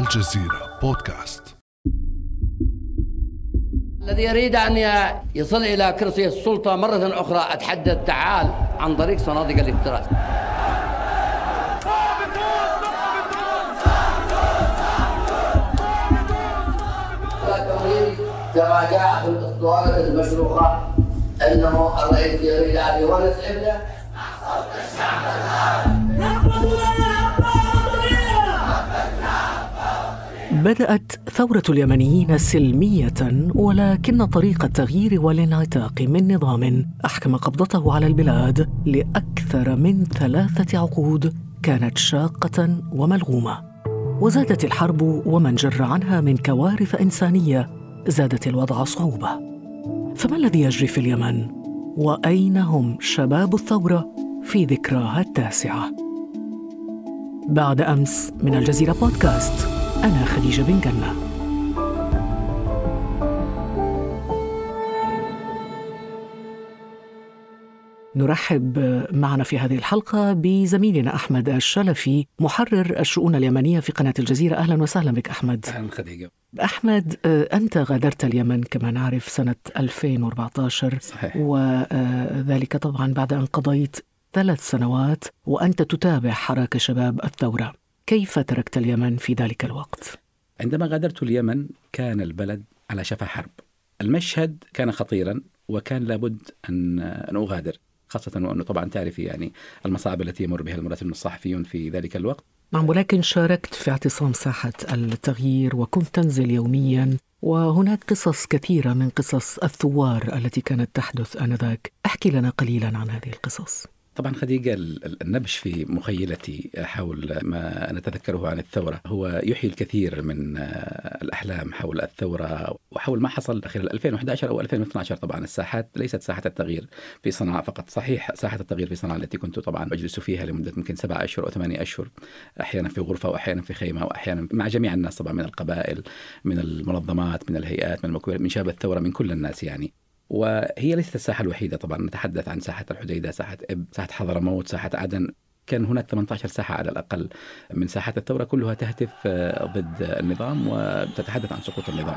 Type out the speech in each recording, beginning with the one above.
الجزيرة بودكاست. الذي يريد أن يصل إلى كرسي السلطة مرة أخرى أتحدث تعال عن طريق صناديق الاقتراض. كما جاء في الأسطوانة المشروخة أنه الرئيس يريد أن يورث ابنه. بدأت ثورة اليمنيين سلمية، ولكن طريق التغيير والانعتاق من نظام أحكم قبضته على البلاد لأكثر من 3 عقود كانت شاقة وملغومة. وزادت الحرب ومن جر عنها من كوارث إنسانية زادت الوضع صعوبة. فما الذي يجري في اليمن؟ وأين هم شباب الثورة في ذكراها 9؟ بعد أمس من الجزيرة بودكاست، أنا خديجة بن جنة. نرحب معنا في هذه الحلقة بزميلنا أحمد الشلفي، محرر الشؤون اليمنية في قناة الجزيرة. أهلا وسهلا بك أحمد. أهلا خديجة. أحمد، أنت غادرت اليمن كما نعرف سنة 2014. صحيح. وذلك طبعا بعد أن قضيت 3 سنوات وأنت تتابع حراك شباب الثورة. كيف تركت اليمن في ذلك الوقت؟ عندما غادرت اليمن كان البلد على شفا حرب. المشهد كان خطيرا وكان لابد أن أغادر، خاصة وأنه طبعا تعرفي يعني المصاعب التي يمر بها المراسلون الصحفيون في ذلك الوقت. نعم، ولكن شاركت في اعتصام ساحة التغيير وكنت تنزل يوميا، وهناك قصص كثيرة من قصص الثوار التي كانت تحدث آنذاك. احكي لنا قليلا عن هذه القصص. طبعا خديجة، النبش في مخيلتي حول ما نتذكره عن الثورة هو يحيي الكثير من الأحلام حول الثورة وحول ما حصل خلال 2011 أو 2012. طبعا الساحات ليست ساحة التغيير في صنعاء فقط. صحيح ساحة التغيير في صنعاء التي كنت طبعا أجلس فيها لمدة يمكن 7 أشهر أو 8 أشهر، أحيانا في غرفة وأحيانا في خيمة وأحيانا مع جميع الناس، طبعا من القبائل، من المنظمات، من الهيئات، من المكونات، من شباب الثورة، من كل الناس يعني. وهي ليست الساحة الوحيدة، طبعا نتحدث عن ساحة الحديدة، ساحة إب، ساحة حضرموت، ساحة عدن. كان هناك 18 ساحة على الأقل من ساحات الثورة، كلها تهتف ضد النظام وتتحدث عن سقوط النظام.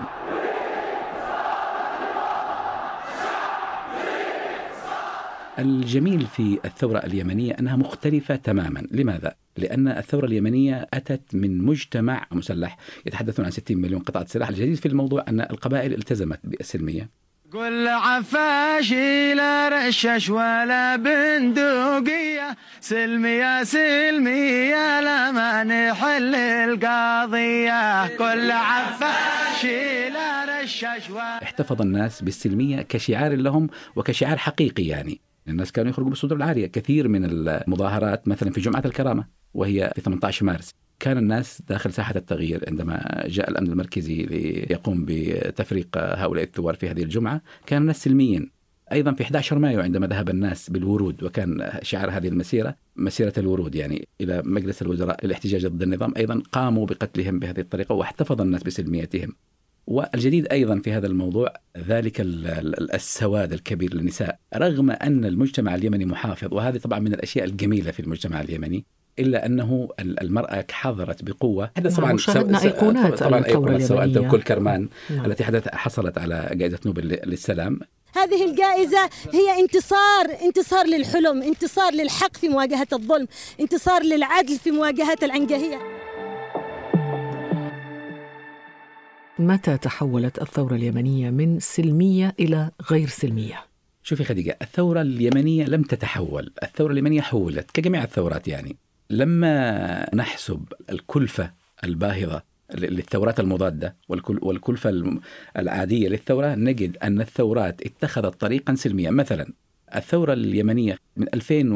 الجميل في الثورة اليمنية أنها مختلفة تماما. لماذا؟ لأن الثورة اليمنية أتت من مجتمع مسلح يتحدثون عن 60 مليون قطعة سلاح. الجديد في الموضوع أن القبائل التزمت بالسلمية. قل عفاشي لا رشش ولا بندقية، سلمية سلمية لما نحل القضية، قل عفاشي لا رشش احتفظ الناس بالسلمية كشعار لهم وكشعار حقيقي يعني. الناس كانوا يخرجوا بالصدور العالية. كثير من المظاهرات مثلا في جمعة الكرامة وهي في 18 مارس كان الناس داخل ساحة التغيير. عندما جاء الأمن المركزي ليقوم بتفريق هؤلاء الثوار في هذه الجمعة كان الناس سلميين. أيضا في 11 مايو عندما ذهب الناس بالورود، وكان شعار هذه المسيرة مسيرة الورود يعني إلى مجلس الوزراء للاحتجاج ضد النظام، أيضا قاموا بقتلهم بهذه الطريقة واحتفظ الناس بسلميتهم. والجديد أيضا في هذا الموضوع ذلك السواد الكبير للنساء، رغم أن المجتمع اليمني محافظ، وهذه طبعا من الأشياء الجميلة في المجتمع اليمني، إلا أنه المرأة حضرت بقوة. طبعا شاهدنا أيقونات الثورة اليمنية كل كرمان التي حصلت على جائزة نوبل للسلام. هذه الجائزة هي انتصار للحلم، انتصار للحق في مواجهة الظلم، انتصار للعدل في مواجهة العنجهية. متى تحولت الثورة اليمنية من سلمية إلى غير سلمية؟ شوفي خديجة، الثورة اليمنية لم تتحول، الثورة اليمنية حولت كجميع الثورات يعني. لما نحسب الكلفة الباهظة للثورات المضادة والكلفة العادية للثورة، نجد أن الثورات اتخذت طريقا سلميا. مثلا الثورة اليمنية من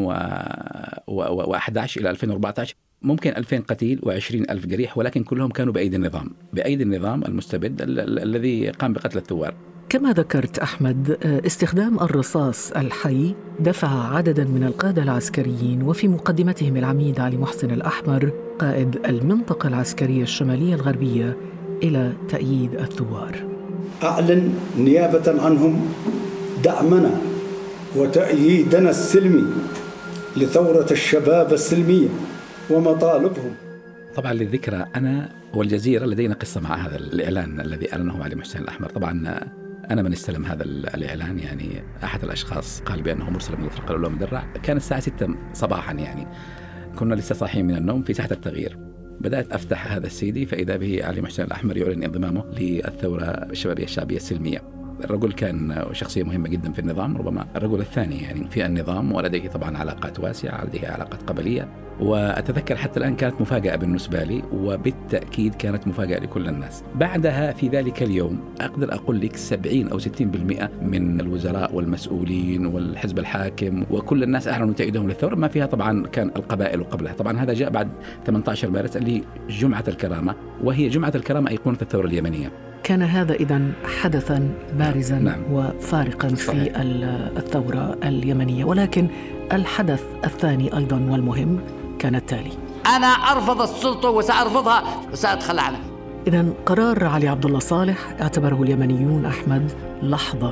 2011 إلى 2014 ممكن 2000 قتيل و20,000 جريح، ولكن كلهم كانوا بأيدي النظام المستبد الذي قام بقتل الثوار. كما ذكرت أحمد، استخدام الرصاص الحي دفع عددا من القادة العسكريين وفي مقدمتهم العميد علي محسن الأحمر قائد المنطقة العسكرية الشمالية الغربية إلى تأييد الثوار. أعلن نيابة عنهم دعمنا وتأييدنا السلمي لثورة الشباب السلمية ومطالبهم. طبعا للذكرى أنا والجزيرة لدينا قصة مع هذا الإعلان الذي أعلنه علي محسن الأحمر. طبعا أنا من استلم هذا الإعلان، يعني أحد الأشخاص قال بأنه مرسل من الفرقة الأولى مدرع. كان الساعة 6 صباحا، يعني كنا لسه صاحيين من النوم في ساحة التغيير. بدأت أفتح هذا السيدي فإذا به علي محسن الأحمر يعلن انضمامه للثورة الشبابية الشعبية السلمية. الرجل كان شخصية مهمة جدا في النظام، ربما الرجل الثاني يعني في النظام، ولديه طبعا علاقات واسعة، لديه علاقات قبلية. وأتذكر حتى الآن كانت مفاجأة بالنسبة لي، وبالتأكيد كانت مفاجأة لكل الناس. بعدها في ذلك اليوم أقدر أقول لك 70 أو 60% من الوزراء والمسؤولين والحزب الحاكم وكل الناس أعلنوا تأييدهم للثورة، ما فيها طبعا كان القبائل قبلها. طبعا هذا جاء بعد 18 مارس اللي جمعة الكرامة، وهي جمعة الكرامة أيقونة الثورة اليمنية. كان هذا إذن حدثا بارزا نعم. وفارقا في الثورة اليمنية، ولكن الحدث الثاني أيضا والمهم كان التالي: أنا أرفض السلطة وسأرفضها وسأتخلى عنها. إذن قرار علي عبد الله صالح اعتبره اليمنيون أحمد لحظة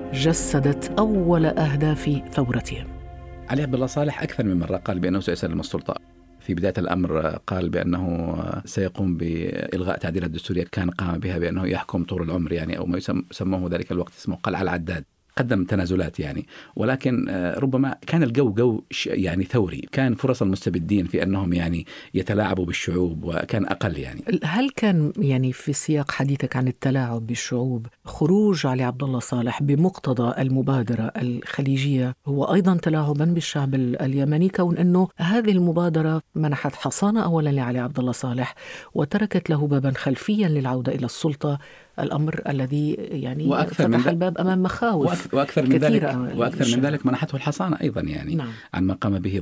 جسدت أول أهداف ثورتهم. علي عبد الله صالح أكثر من مرة قال بأنه سيسلم السلطة. في بداية الأمر قال بأنه سيقوم بإلغاء تعديلات دستورية كان قام بها بأنه يحكم طول العمر، يعني أو ما يسموه ذلك الوقت اسمه قلع العداد. قدم تنازلات يعني، ولكن ربما كان الجو يعني ثوري، كان فرص المستبدين في أنهم يعني يتلاعبوا بالشعوب وكان أقل يعني. هل كان يعني في سياق حديثك عن التلاعب بالشعوب خروج علي عبد الله صالح بمقتضى المبادرة الخليجية هو أيضا تلاعبا بالشعب اليمني، كون أنه هذه المبادرة منحت حصانة أولا لعلي عبد الله صالح وتركت له بابا خلفيا للعودة إلى السلطة، الأمر الذي يعني فتح الباب أمام مخاوف وأكثر من ذلك منحته الحصانة أيضا يعني. نعم. عن ما قام به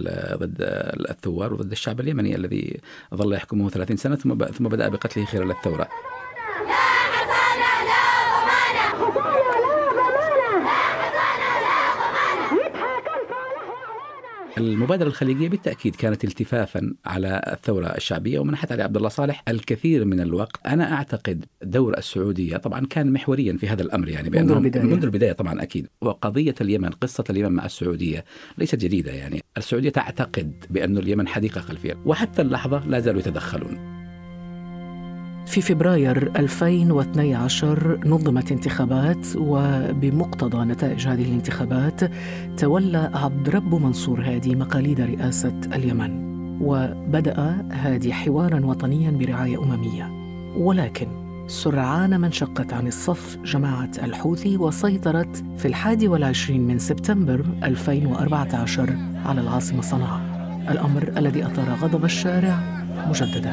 ضد الثوار وضد الشعب اليمني الذي ظل يحكمه 30 سنة ثم بدأ بقتله خلال الثورة. المبادرة الخليجية بالتأكيد كانت التفافا على الثورة الشعبية ومنحت علي عبد الله صالح الكثير من الوقت. أنا أعتقد دور السعودية طبعا كان محوريا في هذا الأمر، يعني منذ البداية طبعا أكيد. وقضية اليمن، قصة اليمن مع السعودية ليست جديدة، يعني السعودية تعتقد بأن اليمن حديقة خلفية، وحتى اللحظة لا زالوا يتدخلون. في فبراير 2012 نظمت انتخابات، وبمقتضى نتائج هذه الانتخابات تولى عبد رب منصور هادي مقاليد رئاسة اليمن، وبدأ هادي حوارا وطنيا برعاية أممية. ولكن سرعان ما انشقت عن الصف جماعة الحوثي وسيطرت في 21 من سبتمبر 2014 على العاصمة صنعاء، الأمر الذي أثار غضب الشارع مجددا.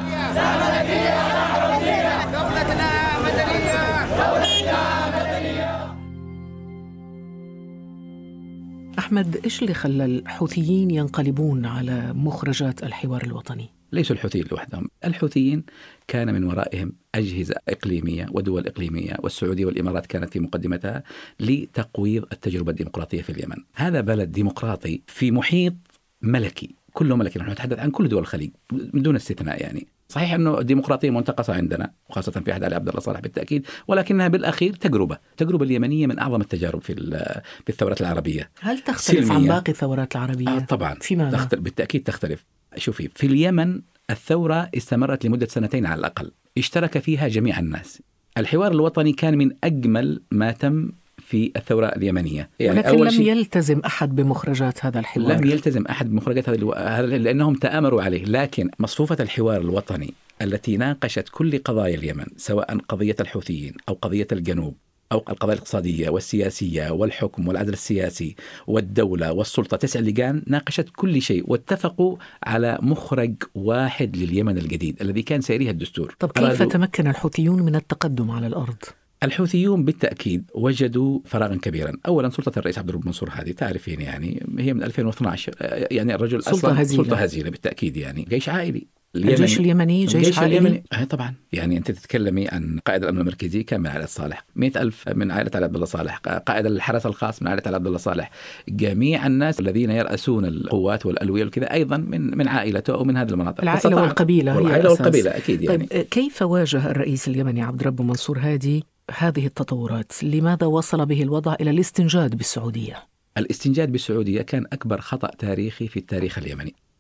أحمد، إيش اللي خلى الحوثيين ينقلبون على مخرجات الحوار الوطني؟ ليسوا الحوثيين لوحدهم، الحوثيين كان من ورائهم أجهزة إقليمية ودول إقليمية، والسعودية والإمارات كانت في مقدمتها لتقويض التجربة الديمقراطية في اليمن. هذا بلد ديمقراطي في محيط ملكي، كله ملكي. نحن نتحدث عن كل دول الخليج من دون استثناء يعني. صحيح أنه الديمقراطية منتقصة عندنا وخاصة في عهد علي عبد الله صالح بالتأكيد، ولكنها بالأخير تجربة اليمنية من أعظم التجارب في الثورات العربية. هل تختلف عن باقي الثورات العربية؟ طبعا فيما بالتأكيد تختلف. شوفي، في اليمن الثورة استمرت لمدة 2 على الأقل، اشترك فيها جميع الناس. الحوار الوطني كان من أجمل ما تم في الثورة اليمنية، يعني ولكن لم يلتزم أحد بمخرجات هذا الحوار. لم يلتزم أحد بمخرجات هذا لأنهم تآمروا عليه. لكن مصفوفة الحوار الوطني التي ناقشت كل قضايا اليمن، سواء قضية الحوثيين أو قضية الجنوب أو القضايا الاقتصادية والسياسية والحكم والعدل السياسي والدولة والسلطة، 9 لجان ناقشت كل شيء واتفقوا على مخرج واحد لليمن الجديد الذي كان سيريها الدستور. طب كيف تمكن الحوثيون من التقدم على الأرض؟ الحوثيون بالتأكيد وجدوا فراغا كبيرا. أولا سلطة الرئيس عبد رب منصور هادي تعرفين يعني هي من 2012، يعني الرجل أصلا سلطة هزيلة بالتأكيد، يعني جيش عائلي. الجيش اليمني جيش عائلي. طبعا يعني أنت تتكلمي عن قائد الأمن المركزي كان من عائلة صالح، 100,000 من عائلة علي عبد الله صالح، قائد الحرس الخاص من عائلة علي عبد الله صالح، جميع الناس الذين يرأسون القوات والألوية وكذا أيضا من عائلته أو من هذه المناطق. العائلة والقبيلة والعائلة والقبيلة أكيد يعني. طيب كيف واجه الرئيس اليمني عبد رب منصور هادي هذه التطورات؟ لماذا وصل به الوضع إلى الاستنجاد بالسعودية؟ الاستنجاد بالسعودية كان أكبر خطأ تاريخي في التاريخ اليمني.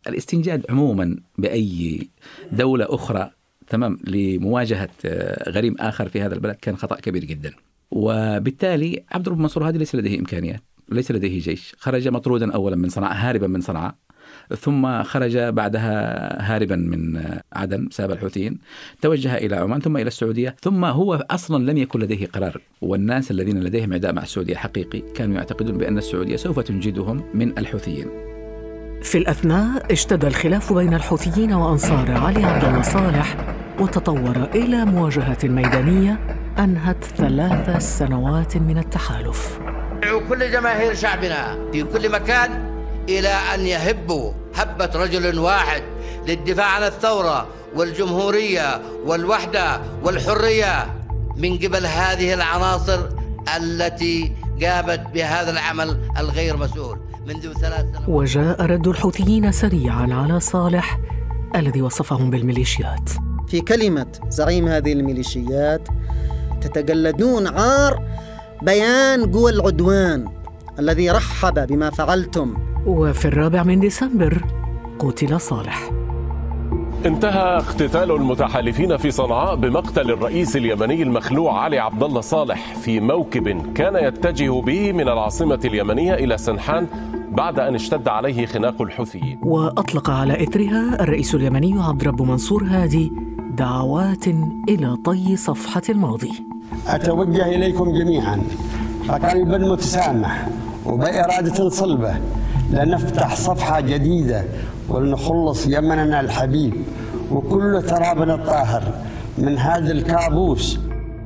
الاستنجاد عموما بأي دولة أخرى تمام لمواجهة غريم آخر في هذا البلد كان خطأ كبير جدا. وبالتالي عبد الرب منصور هادي ليس لديه إمكانيات، ليس لديه جيش، خرج مطرودا أولا من صنعاء، هاربا من صنعاء، ثم خرج بعدها هاربا من عدن بسبب الحوثيين، توجه إلى عمان ثم إلى السعودية، ثم هو أصلا لم يكن لديه قرار. والناس الذين لديهم عداء مع السعودية حقيقي كانوا يعتقدون بأن السعودية سوف تنجدهم من الحوثيين. في الأثناء اشتد الخلاف بين الحوثيين وأنصار علي عبد الله صالح وتطور إلى مواجهة ميدانية أنهت 3 سنوات من التحالف. ندعو كل جماهير شعبنا في كل مكان إلى أن يهبوا هبة رجل واحد للدفاع عن الثورة والجمهورية والوحدة والحرية من قبل هذه العناصر التي قامت بهذا العمل الغير مسؤول منذ 3 سنوات. وجاء رد الحوثيين سريعا على صالح الذي وصفهم بالميليشيات. في كلمة زعيم هذه الميليشيات: تتجلدون عار بيان قوى العدوان الذي رحب بما فعلتم. وفي 4 ديسمبر قتل صالح. انتهى اقتتال المتحالفين في صنعاء بمقتل الرئيس اليمني المخلوع علي عبد الله صالح في موكب كان يتجه به من العاصمة اليمنية إلى سنحان بعد أن اشتد عليه خناق الحوثيين. وأطلق على إثرها الرئيس اليمني عبد الرب منصور هادي دعوات إلى طي صفحة الماضي. أتوجه إليكم جميعا بقلب متسامح وبإرادة صلبة لنفتح صفحة جديدة ولنخلص يمننا الحبيب وكل ترابنا الطاهر من هذا الكابوس.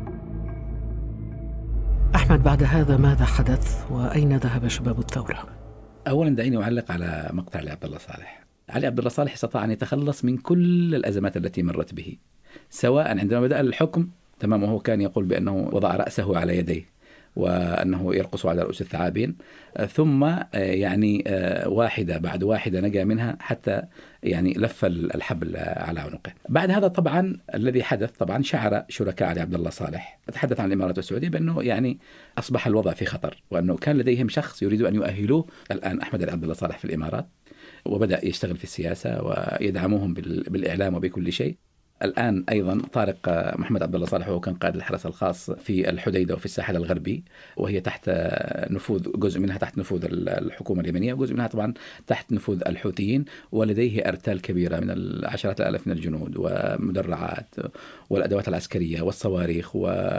أحمد، بعد هذا ماذا حدث وأين ذهب شباب الثورة؟ أولا دعيني أعلق على مقطع علي عبد الله صالح. علي عبد الله صالح استطاع أن يتخلص من كل الأزمات التي مرت به، سواء عندما بدأ الحكم تمام وهو كان يقول بأنه وضع رأسه على يديه وأنه يرقص على رؤوس الثعابين، ثم يعني واحدة بعد واحدة نجا منها حتى يعني لف الحبل على عنقه. بعد هذا طبعا الذي حدث طبعا شعر شركاء علي عبد الله صالح، أتحدث عن الإمارات والسعودية، بأنه يعني أصبح الوضع في خطر، وأنه كان لديهم شخص يريد أن يؤهلوه الآن أحمد عبد الله صالح في الإمارات، وبدأ يشتغل في السياسة ويدعموهم بالإعلام وبكل شيء. الآن أيضا طارق محمد عبد الله صالح وهو كان قائد الحرس الخاص في الحديدة وفي الساحل الغربي، وهي تحت نفوذ، جزء منها تحت نفوذ الحكومة اليمنية وجزء منها طبعا تحت نفوذ الحوثيين، ولديه أرتال كبيرة من العشرات الآلاف من الجنود ومدرعات والأدوات العسكرية والصواريخ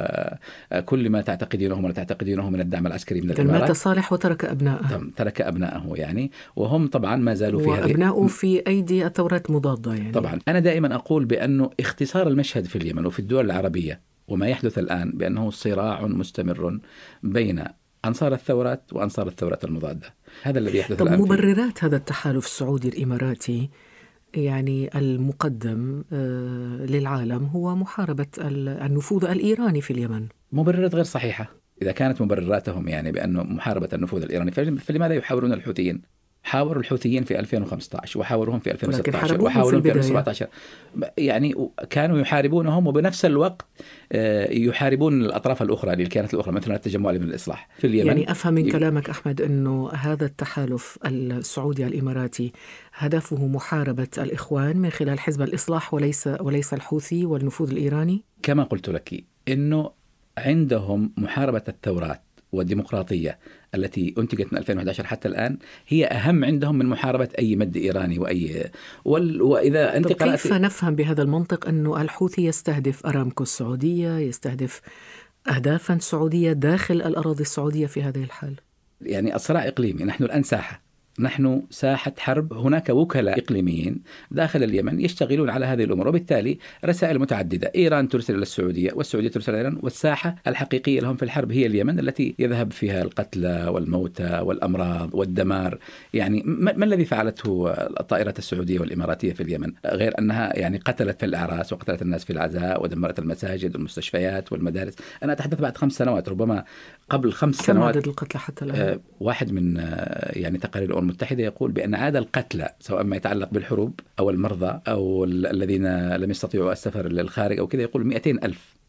وكل ما تعتقدينه ولا تعتقدينه من الدعم العسكري من الإمارات. مات صالح وترك أبنائه. ترك أبنائه يعني، وهم طبعا ما زالوا في هذه، وأبنائه في أيدي الثورات مضادة يعني. طبعا أنا دائما أقول بأنه اختصار المشهد في اليمن وفي الدول العربية وما يحدث الآن بأنه صراع مستمر بين أنصار الثورات وأنصار الثورات المضادة. هذا الذي يحدث الآن. مبررات هذا التحالف السعودي الإماراتي يعني المقدم للعالم هو محاربة النفوذ الإيراني في اليمن. مبررات غير صحيحة. إذا كانت مبرراتهم يعني بأنه محاربة النفوذ الإيراني، فلماذا يحاورون الحوثيين؟ حاوروا الحوثيين في 2015 وحاوروهم في 2016 وحاولوا في 2017، يعني كانوا يحاربونهم وبنفس الوقت يحاربون الأطراف الأخرى للكيانات الأخرى مثل التجمع من الإصلاح في اليمن. يعني أفهم من كلامك أحمد أنه هذا التحالف السعودي الإماراتي هدفه محاربة الإخوان من خلال حزب الإصلاح وليس الحوثي والنفوذ الإيراني. كما قلت لك أنه عندهم محاربة الثورات والديمقراطية التي أنتجت من 2011 حتى الآن هي أهم عندهم من محاربة أي مد إيراني وإذا أنت كيف نفهم بهذا المنطق أنه الحوثي يستهدف أرامكو السعودية، يستهدف أهدافا سعودية داخل الأراضي السعودية في هذه الحال؟ يعني الصراع إقليمي، نحن الآن نحن ساحة حرب، هناك وكلاء إقليميين داخل اليمن يشتغلون على هذه الأمور، وبالتالي رسائل متعددة، إيران ترسل إلى السعودية والسعودية ترسل إلى إيران، والساحة الحقيقية لهم في الحرب هي اليمن التي يذهب فيها القتلى والموتى والأمراض والدمار. يعني ما الذي فعلته الطائرات السعودية والإماراتية في اليمن غير أنها يعني قتلت في الأعراس وقتلت الناس في العزاء ودمرت المساجد والمستشفيات والمدارس. أنا أتحدث بعد 5 سنوات، ربما قبل 5 سنوات. كم عدد القتلى حتى الآن؟ واحد من يعني تقارير الأمم المتحدة يقول بأن عدد القتلى سواء ما يتعلق بالحروب أو المرضى أو الذين لم يستطيعوا السفر للخارج أو كذا، يقول 200,000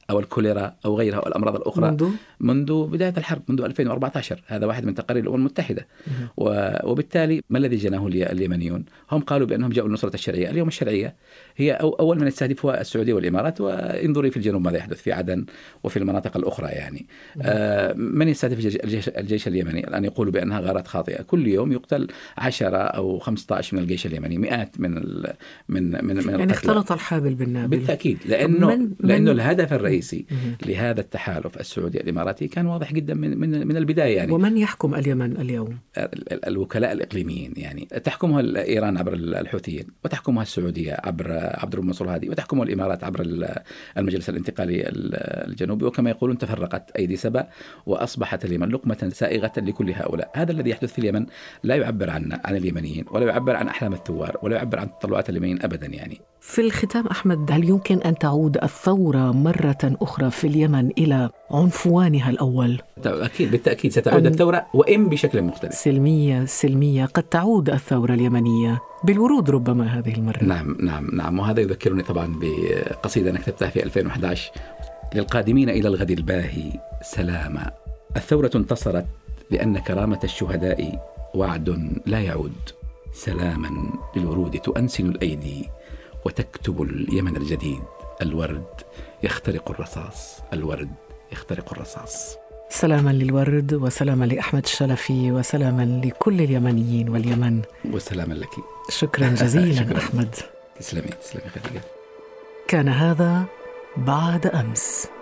أو الكوليرا أو غيرها أو الأمراض الأخرى منذ بداية الحرب، منذ 2014. هذا واحد من تقارير الأمم المتحدة. وبالتالي ما الذي جناه اليمنيون؟ هم قالوا بأنهم جاءوا لنصرة الشرعية. اليوم الشرعية هي أول من يستهدفها السعودية والإمارات، وانظري في الجنوب ماذا يحدث في عدن وفي المناطق الأخرى. يعني من يستهدف الجيش اليمني الآن يقولوا بأنها غارات خاطئة. كل يوم يقتل 10 أو 15 من الجيش اليمني، مئات من يعني اختلط الحابل بالنابل بالتأكيد، لأنه الهدف الرئيسي لهذا التحالف السعودي الإماراتي كان واضح جدا من البداية. يعني ومن يحكم اليمن اليوم؟ الوكلاء الإقليمية، يعني تحكمها إيران عبر الحوثيين، وتحكمها السعودية عبر عبد الرب منصور هادي، وتحكمها الإمارات عبر المجلس الانتقالي الجنوبي. وكما يقولون تفرقت أيدي سبأ وأصبحت اليمن لقمة سائغة لكل هؤلاء. هذا الذي يحدث في اليمن لا يعبر عن اليمنيين، ولا يعبر عن أحلام الثوار، ولا يعبر عن تطلعات اليمنيين أبدا. يعني في الختام أحمد، هل يمكن أن تعود الثورة مرة أخرى في اليمن إلى عنفوانها الأول؟ أكيد، بالتأكيد ستعود الثورة، وإن بشكل مختلف. سلمية قد تعود الثورة اليمنية بالورود ربما هذه المرة. نعم. وهذا يذكرني طبعا بقصيدة أنا كتبتها في 2011: للقادمين إلى الغد الباهي سلاما، الثورة انتصرت لأن كرامة الشهداء وعد لا يعود، سلاما للورود تؤنسن الأيدي وتكتب اليمن الجديد، الورد يخترق الرصاص، الورد يخترق الرصاص. سلاما للورد، وسلاما لأحمد الشلفي، وسلاما لكل اليمنيين واليمن، وسلاما لك. شكرا جزيلا. شكرا. أحمد، تسلمي خديجة. كان هذا بعد أمس.